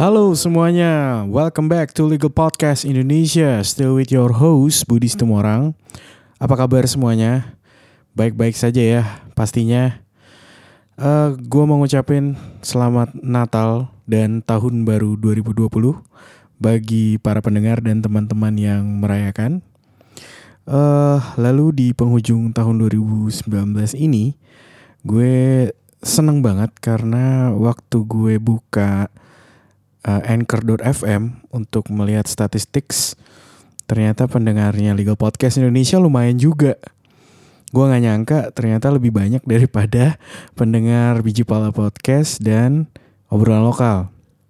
Halo semuanya, welcome back to Legal Podcast Indonesia. Still with your host Budi Situmorang. Apa kabar semuanya? Baik-baik saja ya pastinya. Gue mau ngucapin selamat Natal dan Tahun Baru 2020 bagi para pendengar dan teman-teman yang merayakan. Lalu di penghujung tahun 2019 ini, gue seneng banget karena waktu gue buka Anchor.fm untuk melihat statistik, ternyata pendengarnya Legal Podcast Indonesia lumayan juga. Gue gak nyangka ternyata lebih banyak daripada pendengar Biji Pala Podcast dan Obrolan Lokal.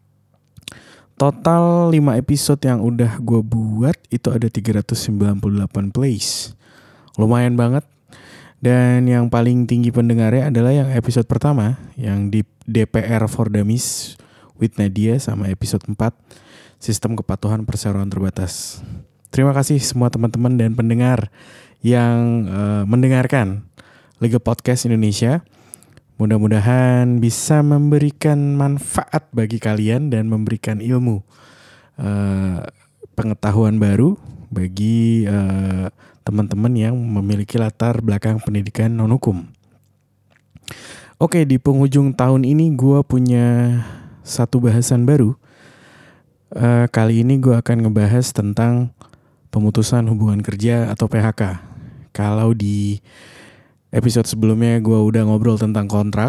Total 5 episode yang udah gue buat itu ada 398 plays. Lumayan banget. Dan yang paling tinggi pendengarnya adalah yang episode pertama, yang di DPR for Dummies with Nadia sama episode 4 Sistem Kepatuhan Perseroan Terbatas. Terima kasih semua teman-teman dan pendengar yang mendengarkan Legal Podcast Indonesia. Mudah-mudahan bisa memberikan manfaat bagi kalian dan memberikan ilmu pengetahuan baru bagi teman-teman yang memiliki latar belakang pendidikan non-hukum. Oke, di penghujung tahun ini gue punya satu bahasan baru. Kali ini gue akan ngebahas tentang pemutusan hubungan kerja atau PHK. Kalau di episode sebelumnya gue udah ngobrol tentang kontrak,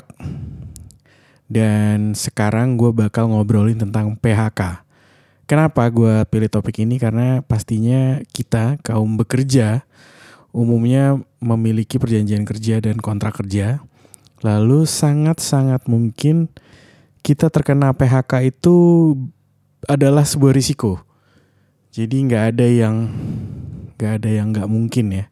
dan sekarang gue bakal ngobrolin tentang PHK. Kenapa gue pilih topik ini? Karena pastinya kita kaum bekerja umumnya memiliki perjanjian kerja dan kontrak kerja. Lalu sangat-sangat mungkin kita terkena PHK itu adalah sebuah risiko. Jadi nggak ada yang nggak mungkin ya.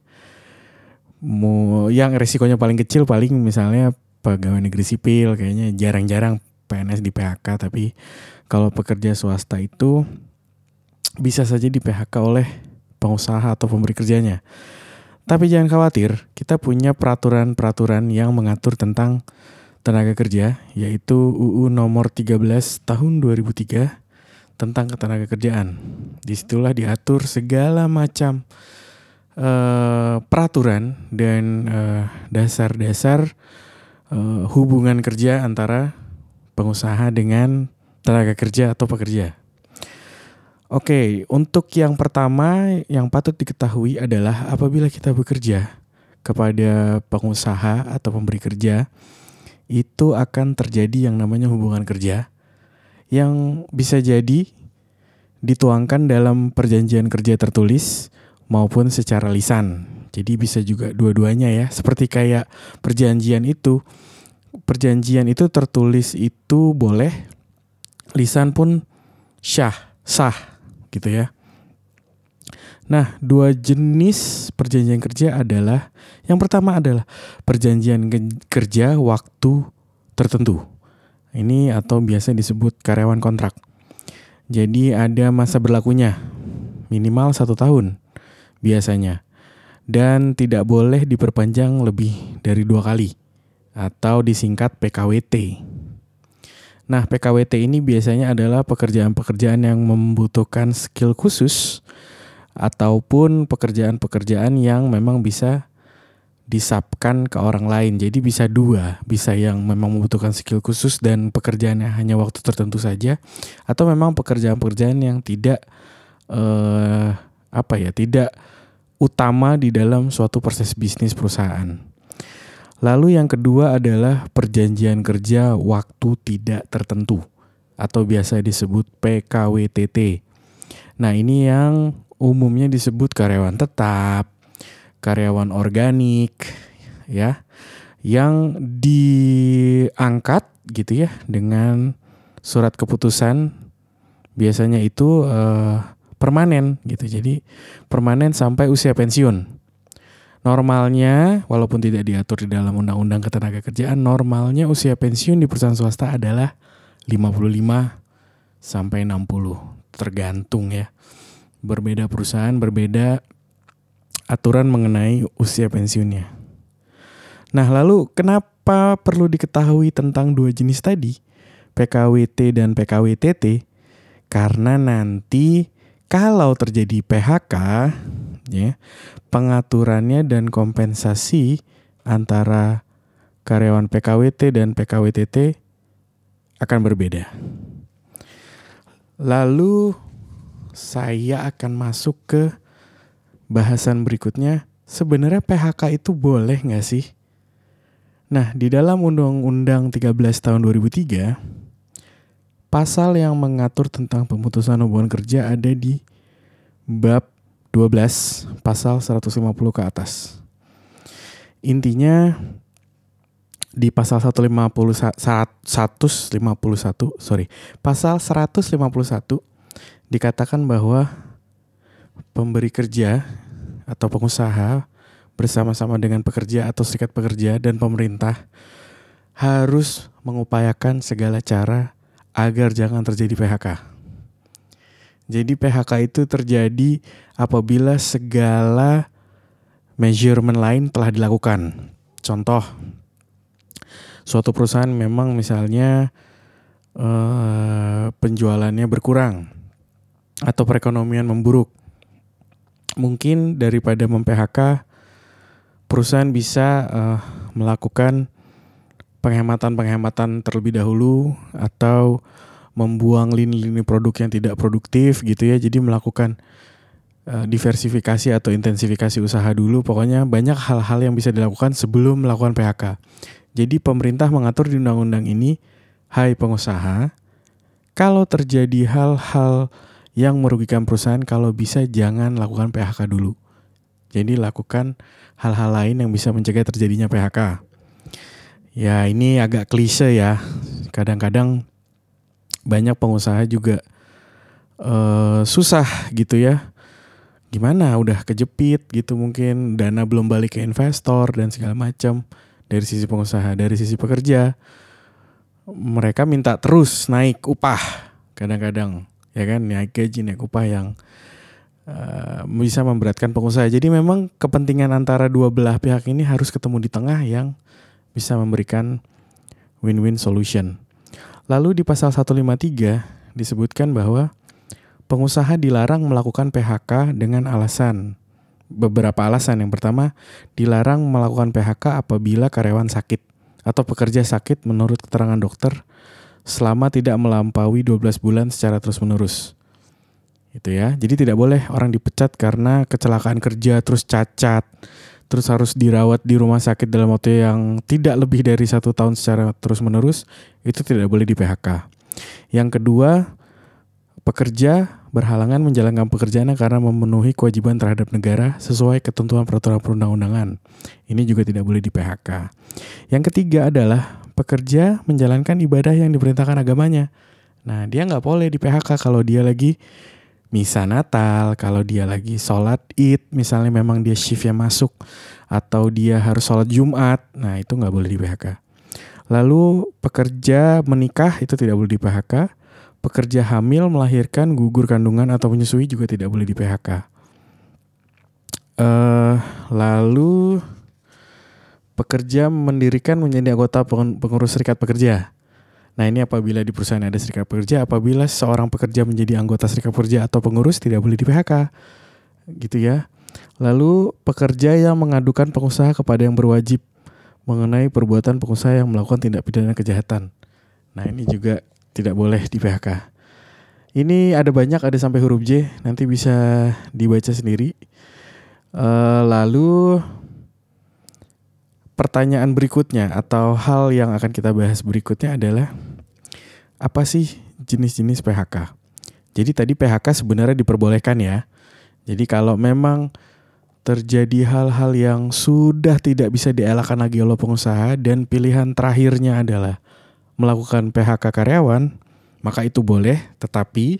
Yang risikonya paling kecil paling misalnya pegawai negeri sipil, kayaknya jarang-jarang PNS di PHK. Tapi kalau pekerja swasta itu bisa saja di PHK oleh pengusaha atau pemberi kerjanya. Tapi jangan khawatir, kita punya peraturan-peraturan yang mengatur tentang tenaga kerja, yaitu UU nomor 13 tahun 2003 tentang ketenaga kerjaan. Disitulah diatur segala macam peraturan dan dasar-dasar hubungan kerja antara pengusaha dengan tenaga kerja atau pekerja. Oke, untuk yang pertama yang patut diketahui adalah apabila kita bekerja kepada pengusaha atau pemberi kerja, itu akan terjadi yang namanya hubungan kerja yang bisa jadi dituangkan dalam perjanjian kerja tertulis maupun secara lisan. Jadi bisa juga dua-duanya ya. Seperti kayak perjanjian itu tertulis itu boleh, lisan pun sah gitu ya. Nah, dua jenis perjanjian kerja adalah, yang pertama adalah perjanjian kerja waktu tertentu. Ini atau biasa disebut karyawan kontrak. Jadi ada masa berlakunya, minimal 1 tahun biasanya. Dan tidak boleh diperpanjang lebih dari 2 kali, atau disingkat PKWT. Nah, PKWT ini biasanya adalah pekerjaan-pekerjaan yang membutuhkan skill khusus, ataupun pekerjaan-pekerjaan yang memang bisa disapkan ke orang lain. Jadi bisa dua, bisa yang memang membutuhkan skill khusus dan pekerjaannya hanya waktu tertentu saja, atau memang pekerjaan-pekerjaan yang tidak tidak utama di dalam suatu proses bisnis perusahaan. Lalu yang kedua adalah perjanjian kerja waktu tidak tertentu atau biasa disebut PKWTT. Nah, ini yang umumnya disebut karyawan tetap, karyawan organik ya, yang diangkat gitu ya dengan surat keputusan, biasanya itu permanen gitu. Jadi permanen sampai usia pensiun. Normalnya, walaupun tidak diatur di dalam Undang-Undang Ketenagakerjaan, normalnya usia pensiun di perusahaan swasta adalah 55 sampai 60, tergantung ya. Berbeda perusahaan, berbeda aturan mengenai usia pensiunnya. Nah, lalu kenapa perlu diketahui tentang dua jenis tadi, PKWT dan PKWTT? Karena nanti kalau terjadi PHK, ya, pengaturannya dan kompensasi antara karyawan PKWT dan PKWTT akan berbeda. Lalu saya akan masuk ke bahasan berikutnya. Sebenarnya PHK itu boleh nggak sih? Nah, di dalam Undang-Undang 13 tahun 2003, pasal yang mengatur tentang pemutusan hubungan kerja ada di bab 12, pasal 150 ke atas. Intinya di pasal 151 dikatakan bahwa pemberi kerja atau pengusaha bersama-sama dengan pekerja atau serikat pekerja dan pemerintah harus mengupayakan segala cara agar jangan terjadi PHK. Jadi PHK itu terjadi apabila segala measurement lain telah dilakukan. Contoh, suatu perusahaan memang misalnya penjualannya berkurang atau perekonomian memburuk. Mungkin daripada mem-PHK, perusahaan bisa melakukan penghematan terlebih dahulu atau membuang lini-lini produk yang tidak produktif gitu ya. Jadi melakukan diversifikasi atau intensifikasi usaha dulu. Pokoknya banyak hal-hal yang bisa dilakukan sebelum melakukan PHK. Jadi pemerintah mengatur di undang-undang ini, hai pengusaha, kalau terjadi hal-hal yang merugikan perusahaan, kalau bisa jangan lakukan PHK dulu. Jadi lakukan hal-hal lain yang bisa mencegah terjadinya PHK. Ya ini agak klise ya. Kadang-kadang banyak pengusaha juga susah gitu ya. Gimana udah kejepit gitu, mungkin dana belum balik ke investor dan segala macam. Dari sisi pengusaha, dari sisi pekerja, mereka minta terus naik upah kadang-kadang, ya kan, naik gaji, naik upah yang bisa memberatkan pengusaha. Jadi memang kepentingan antara dua belah pihak ini harus ketemu di tengah yang bisa memberikan win-win solution. Lalu di pasal 153 disebutkan bahwa pengusaha dilarang melakukan PHK dengan beberapa alasan. Yang pertama, dilarang melakukan PHK apabila karyawan sakit atau pekerja sakit menurut keterangan dokter selama tidak melampaui 12 bulan secara terus-menerus. Itu ya. Jadi tidak boleh orang dipecat karena kecelakaan kerja terus cacat, terus harus dirawat di rumah sakit dalam waktu yang tidak lebih dari 1 tahun secara terus-menerus. Itu tidak boleh di PHK. Yang kedua, pekerja berhalangan menjalankan pekerjaannya karena memenuhi kewajiban terhadap negara sesuai ketentuan peraturan perundang-undangan. Ini juga tidak boleh di PHK. Yang ketiga adalah pekerja menjalankan ibadah yang diperintahkan agamanya. Nah, dia nggak boleh di PHK kalau dia lagi misa Natal, kalau dia lagi sholat Id, misalnya memang dia shiftnya masuk, atau dia harus sholat Jumat, nah itu nggak boleh di PHK. Lalu pekerja menikah itu tidak boleh di PHK. Pekerja hamil, melahirkan, gugur kandungan atau menyusui juga tidak boleh di PHK. Lalu pekerja mendirikan menjadi anggota pengurus serikat pekerja. Nah ini apabila di perusahaan ada serikat pekerja, apabila seorang pekerja menjadi anggota serikat pekerja atau pengurus tidak boleh di PHK. Gitu ya. Lalu pekerja yang mengadukan pengusaha kepada yang berwajib mengenai perbuatan pengusaha yang melakukan tindak pidana kejahatan. Nah ini juga tidak boleh di PHK. Ini ada banyak, ada sampai huruf J, nanti bisa dibaca sendiri. Lalu pertanyaan berikutnya atau hal yang akan kita bahas berikutnya adalah apa sih jenis-jenis PHK? Jadi tadi PHK sebenarnya diperbolehkan ya. Jadi kalau memang terjadi hal-hal yang sudah tidak bisa dielakkan lagi oleh pengusaha dan pilihan terakhirnya adalah melakukan PHK karyawan, maka itu boleh, tetapi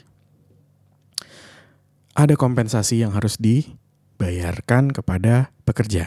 ada kompensasi yang harus dibayarkan kepada pekerja.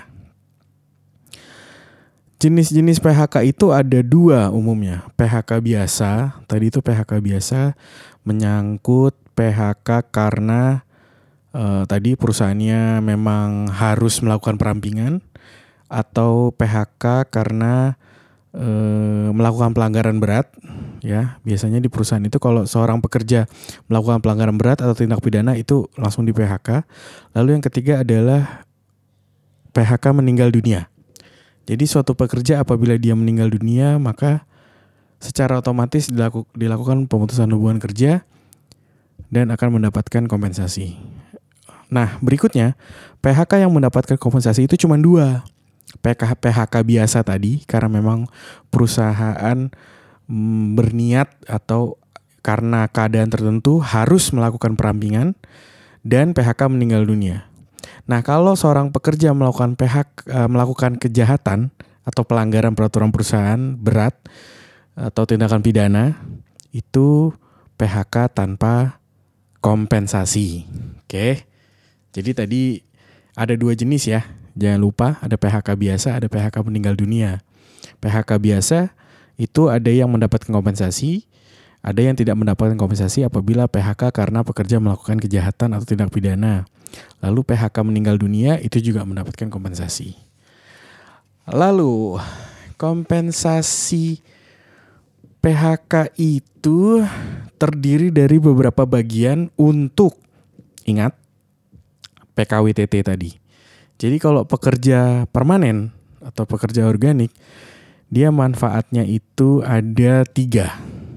Jenis-jenis PHK itu ada 2 umumnya. PHK biasa, tadi itu PHK biasa menyangkut PHK karena tadi perusahaannya memang harus melakukan perampingan, atau PHK karena melakukan pelanggaran berat, ya biasanya di perusahaan itu kalau seorang pekerja melakukan pelanggaran berat atau tindak pidana itu langsung di PHK. Lalu yang ketiga adalah PHK meninggal dunia. Jadi suatu pekerja apabila dia meninggal dunia maka secara otomatis dilakukan pemutusan hubungan kerja dan akan mendapatkan kompensasi. Nah berikutnya PHK yang mendapatkan kompensasi itu cuma 2. PHK biasa tadi karena memang perusahaan berniat atau karena keadaan tertentu harus melakukan perampingan, dan PHK meninggal dunia. Nah kalau seorang pekerja melakukan kejahatan atau pelanggaran peraturan perusahaan berat atau tindakan pidana, itu PHK tanpa kompensasi. Oke. Jadi tadi ada 2 jenis ya. Jangan lupa ada PHK biasa, ada PHK meninggal dunia. PHK biasa itu ada yang mendapatkan kompensasi, ada yang tidak mendapatkan kompensasi apabila PHK karena pekerja melakukan kejahatan atau tindak pidana. Lalu PHK meninggal dunia itu juga mendapatkan kompensasi. Lalu kompensasi PHK itu terdiri dari beberapa bagian untuk, ingat, PKWTT tadi. Jadi kalau pekerja permanen atau pekerja organik, dia manfaatnya itu ada 3.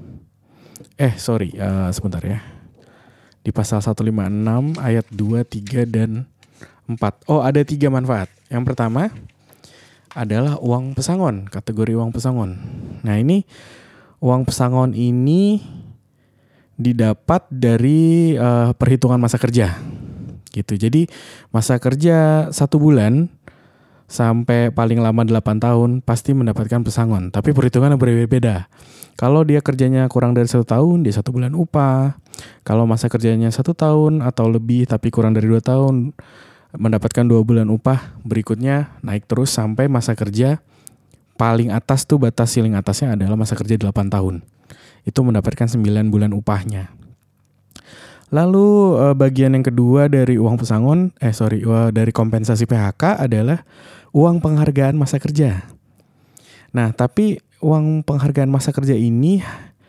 Sebentar ya. Di pasal 156 ayat 2, 3, dan 4. Oh, ada 3 manfaat. Yang pertama adalah uang pesangon, kategori uang pesangon. Nah ini uang pesangon ini didapat dari perhitungan masa kerja. Gitu. Jadi masa kerja 1 bulan sampai paling lama 8 tahun pasti mendapatkan pesangon. Tapi perhitungannya berbeda. Kalau dia kerjanya kurang dari 1 tahun, dia 1 bulan upah. Kalau masa kerjanya 1 tahun atau lebih tapi kurang dari 2 tahun, mendapatkan 2 bulan upah. Berikutnya naik terus sampai masa kerja paling atas tuh, batas ceiling atasnya adalah masa kerja 8 tahun. Itu mendapatkan 9 bulan upahnya. Lalu bagian yang kedua dari dari kompensasi PHK adalah uang penghargaan masa kerja. Nah, tapi uang penghargaan masa kerja ini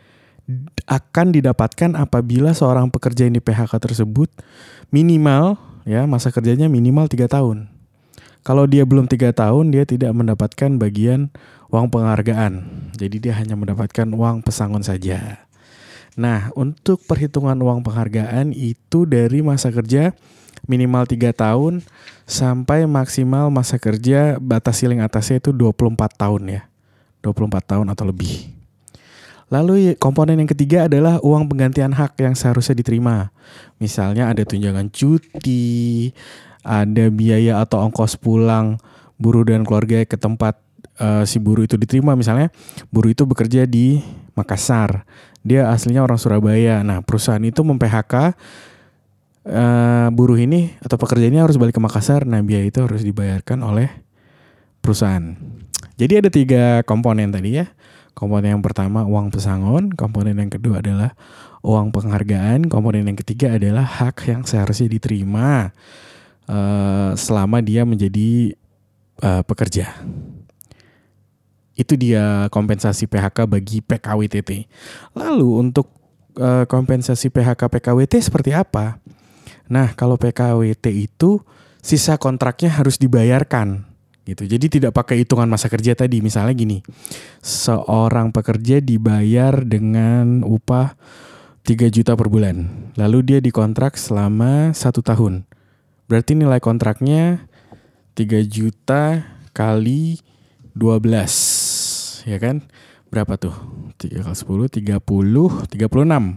akan didapatkan apabila seorang pekerja yang di PHK tersebut minimal, ya, masa kerjanya minimal 3 tahun. Kalau dia belum 3 tahun, dia tidak mendapatkan bagian uang penghargaan. Jadi dia hanya mendapatkan uang pesangon saja. Nah, untuk perhitungan uang penghargaan itu dari masa kerja minimal 3 tahun sampai maksimal masa kerja batas ceiling atasnya itu 24 tahun ya. 24 tahun atau lebih. Lalu komponen yang ketiga adalah uang penggantian hak yang seharusnya diterima. Misalnya ada tunjangan cuti, ada biaya atau ongkos pulang buruh dan keluarga ke tempat si buruh itu diterima. Misalnya buruh itu bekerja di Makassar, dia aslinya orang Surabaya. Nah perusahaan itu mem-PHK buruh ini atau pekerja ini harus balik ke Makassar. Nah biaya itu harus dibayarkan oleh perusahaan. Jadi ada 3 komponen tadi ya. Komponen yang pertama uang pesangon, komponen yang kedua adalah uang penghargaan, komponen yang ketiga adalah hak yang seharusnya diterima selama dia menjadi pekerja. Itu dia kompensasi PHK bagi PKWTT. Lalu untuk kompensasi PHK PKWT seperti apa? Nah, kalau PKWT itu sisa kontraknya harus dibayarkan gitu. Jadi tidak pakai hitungan masa kerja tadi. Misalnya gini, seorang pekerja dibayar dengan upah 3 juta per bulan. Lalu dia dikontrak selama 1 tahun. Berarti nilai kontraknya 3 juta kali 12, ya kan? Berapa tuh? 3 kali 10, 36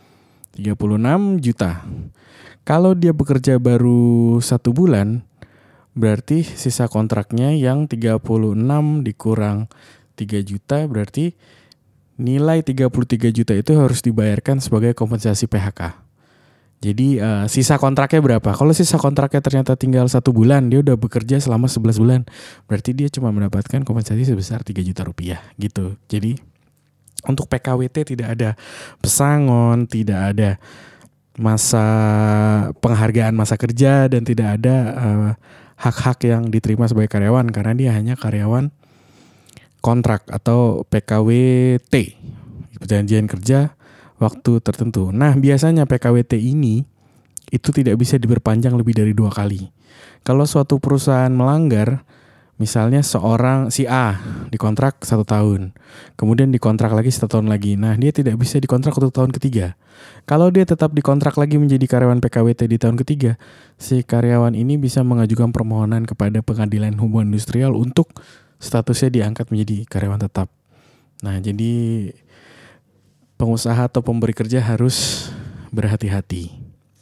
juta. Kalau dia bekerja baru 1 bulan, berarti sisa kontraknya yang 36 dikurang 3 juta, berarti nilai 33 juta itu harus dibayarkan sebagai kompensasi PHK. Jadi sisa kontraknya berapa? Kalau sisa kontraknya ternyata tinggal 1 bulan, dia udah bekerja selama 11 bulan. Berarti dia cuma mendapatkan kompensasi sebesar 3 juta rupiah gitu. Jadi untuk PKWT tidak ada pesangon, tidak ada masa penghargaan masa kerja, dan tidak ada hak-hak yang diterima sebagai karyawan karena dia hanya karyawan kontrak atau PKWT, perjanjian kerja waktu tertentu. Nah, biasanya PKWT ini itu tidak bisa diperpanjang lebih dari 2 kali. Kalau suatu perusahaan melanggar, misalnya seorang si A dikontrak 1 tahun, kemudian dikontrak lagi 1 tahun lagi. Nah, dia tidak bisa dikontrak untuk tahun ketiga. Kalau dia tetap dikontrak lagi menjadi karyawan PKWT di tahun ketiga, si karyawan ini bisa mengajukan permohonan kepada Pengadilan Hubungan Industrial untuk statusnya diangkat menjadi karyawan tetap. Nah, jadi pengusaha atau pemberi kerja harus berhati-hati.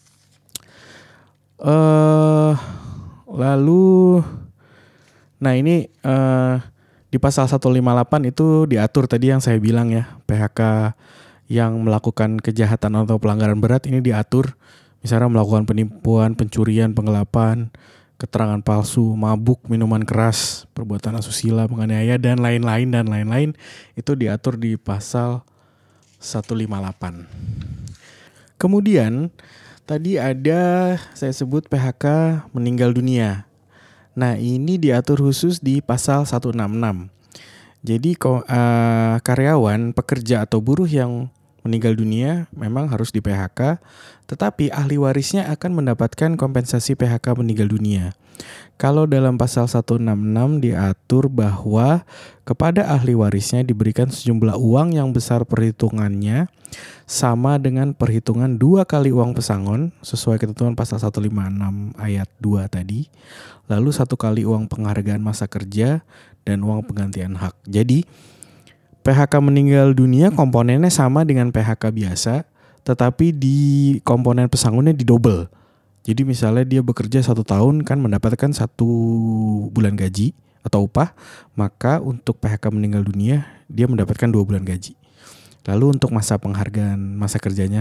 Lalu, nah ini di pasal 158 itu diatur tadi yang saya bilang ya, PHK yang melakukan kejahatan atau pelanggaran berat ini diatur, misalnya melakukan penipuan, pencurian, penggelapan, keterangan palsu, mabuk, minuman keras, perbuatan asusila, penganiaya dan lain-lain itu diatur di pasal 158. Kemudian tadi ada saya sebut PHK meninggal dunia. Nah, ini diatur khusus di pasal 166. Jadi karyawan, pekerja atau buruh yang meninggal dunia memang harus di PHK, tetapi ahli warisnya akan mendapatkan kompensasi PHK meninggal dunia. Kalau dalam pasal 166 diatur bahwa kepada ahli warisnya diberikan sejumlah uang yang besar perhitungannya sama dengan perhitungan 2 kali uang pesangon sesuai ketentuan pasal 156 ayat 2 tadi, lalu 1 kali uang penghargaan masa kerja dan uang penggantian hak. Jadi PHK meninggal dunia komponennya sama dengan PHK biasa, tetapi di komponen pesangonnya didouble. Jadi misalnya dia bekerja 1 tahun kan mendapatkan 1 bulan gaji atau upah, maka untuk PHK meninggal dunia dia mendapatkan 2 bulan gaji. Lalu untuk penghargaan masa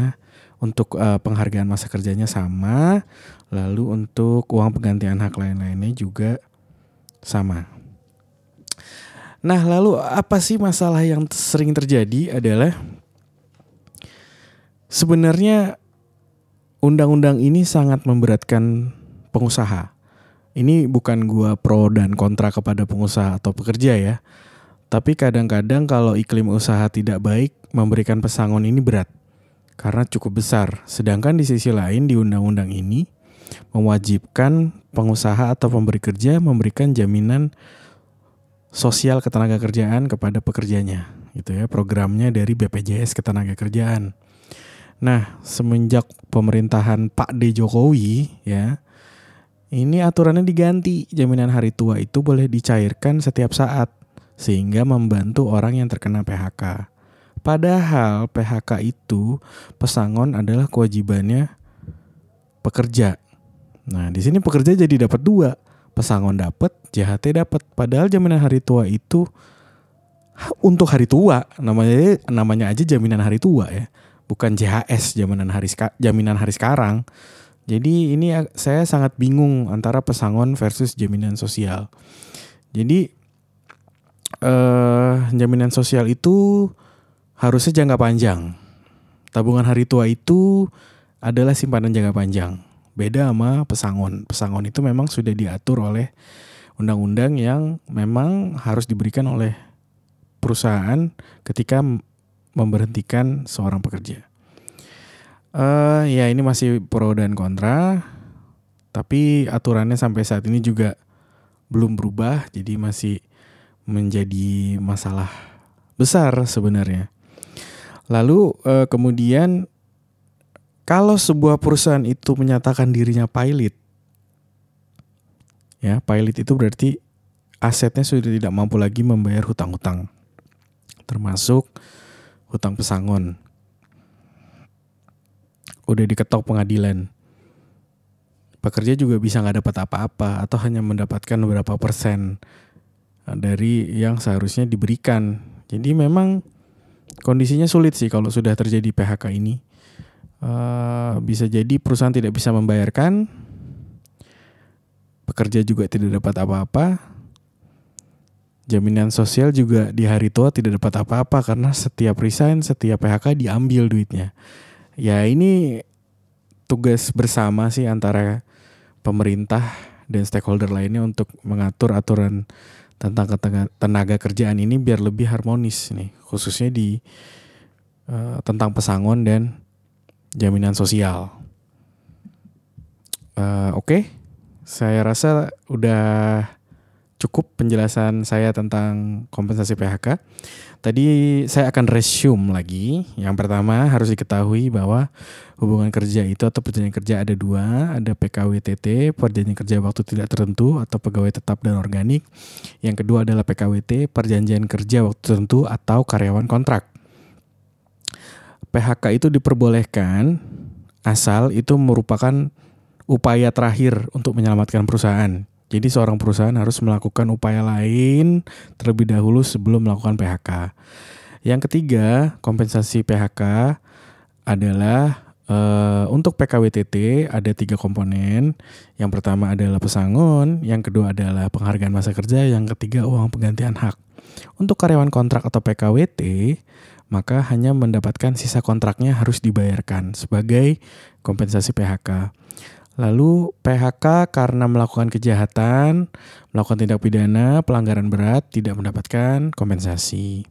kerjanya sama, lalu untuk uang penggantian hak lain-lainnya juga sama. Nah, lalu apa sih masalah yang sering terjadi adalah sebenarnya undang-undang ini sangat memberatkan pengusaha. Ini bukan gua pro dan kontra kepada pengusaha atau pekerja ya. Tapi kadang-kadang kalau iklim usaha tidak baik, memberikan pesangon ini berat. Karena cukup besar. Sedangkan di sisi lain di undang-undang ini mewajibkan pengusaha atau pemberi kerja memberikan jaminan sosial ketenagakerjaan kepada pekerjanya. Gitu ya, programnya dari BPJS Ketenagakerjaan. Nah, semenjak pemerintahan Pak D. Jokowi ya, ini aturannya diganti. Jaminan hari tua itu boleh dicairkan setiap saat sehingga membantu orang yang terkena PHK. Padahal PHK itu pesangon adalah kewajibannya pekerja. Nah, di sini pekerja jadi dapat 2. Pesangon dapat, JHT dapat. Padahal jaminan hari tua itu untuk hari tua, namanya aja jaminan hari tua ya. Bukan JHS jaminan hari sekarang. Jadi ini saya sangat bingung antara pesangon versus jaminan sosial. Jadi jaminan sosial itu harusnya jangka panjang. Tabungan hari tua itu adalah simpanan jangka panjang. Beda sama pesangon. Pesangon itu memang sudah diatur oleh undang-undang yang memang harus diberikan oleh perusahaan ketika memberhentikan seorang pekerja. Ya ini masih pro dan kontra, tapi aturannya sampai saat ini juga belum berubah, jadi masih menjadi masalah besar sebenarnya. Lalu kemudian kalau sebuah perusahaan itu menyatakan dirinya pilot, ya pilot itu berarti asetnya sudah tidak mampu lagi membayar hutang-hutang, termasuk hutang pesangon. Udah diketok pengadilan. Pekerja juga bisa gak dapat apa-apa atau hanya mendapatkan beberapa persen dari yang seharusnya diberikan. Jadi memang kondisinya sulit sih kalau sudah terjadi PHK ini. Bisa jadi perusahaan tidak bisa membayarkan, pekerja juga tidak dapat apa-apa, jaminan sosial juga di hari tua tidak dapat apa-apa karena setiap resign, setiap PHK diambil duitnya. Ya ini tugas bersama sih antara pemerintah dan stakeholder lainnya untuk mengatur aturan tentang tenaga kerjaan ini biar lebih harmonis nih, khususnya di tentang pesangon dan jaminan sosial. Oke. Saya rasa udah cukup penjelasan saya tentang kompensasi PHK. Tadi saya akan resume lagi. Yang pertama harus diketahui bahwa hubungan kerja itu atau perjanjian kerja ada dua. Ada PKWTT, perjanjian kerja waktu tidak tertentu atau pegawai tetap dan organik. Yang kedua adalah PKWT, perjanjian kerja waktu tertentu atau karyawan kontrak. PHK itu diperbolehkan asal itu merupakan upaya terakhir untuk menyelamatkan perusahaan. Jadi seorang perusahaan harus melakukan upaya lain terlebih dahulu sebelum melakukan PHK. Yang ketiga, kompensasi PHK adalah untuk PKWTT ada 3 komponen. Yang pertama adalah pesangon, yang kedua adalah penghargaan masa kerja, yang ketiga uang penggantian hak. Untuk karyawan kontrak atau PKWT, maka hanya mendapatkan sisa kontraknya harus dibayarkan sebagai kompensasi PHK. Lalu PHK karena melakukan kejahatan, melakukan tindak pidana, pelanggaran berat tidak mendapatkan kompensasi.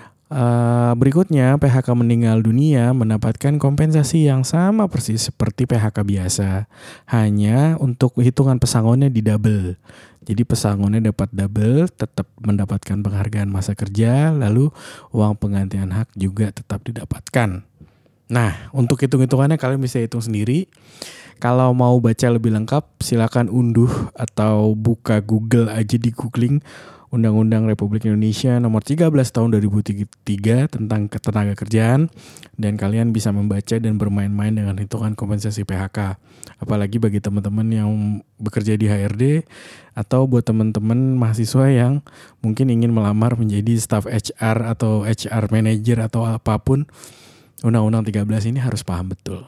Berikutnya PHK meninggal dunia mendapatkan kompensasi yang sama persis seperti PHK biasa. Hanya untuk hitungan pesangonnya di double. Jadi pesangonnya dapat double, tetap mendapatkan penghargaan masa kerja, lalu uang penggantian hak juga tetap didapatkan. Nah, untuk hitung-hitungannya kalian bisa hitung sendiri. Kalau mau baca lebih lengkap, silakan unduh atau buka Google aja di googling Undang-Undang Republik Indonesia nomor 13 tahun 2003 tentang ketenaga kerjaan, dan kalian bisa membaca dan bermain-main dengan hitungan kompensasi PHK. Apalagi bagi teman-teman yang bekerja di HRD atau buat teman-teman mahasiswa yang mungkin ingin melamar menjadi staf HR atau HR manager atau apapun, Undang-Undang 13 ini harus paham betul.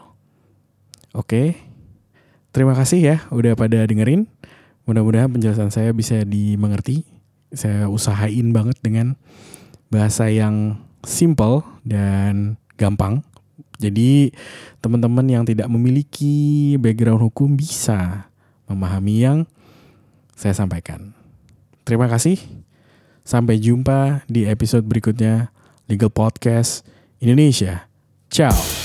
Oke. Terima kasih ya udah pada dengerin. Mudah-mudahan penjelasan saya bisa dimengerti. Saya usahain banget dengan bahasa yang simple dan gampang. Jadi teman-teman yang tidak memiliki background hukum bisa memahami yang saya sampaikan. Terima kasih. Sampai jumpa di episode berikutnya Legal Podcast Indonesia. Ciao.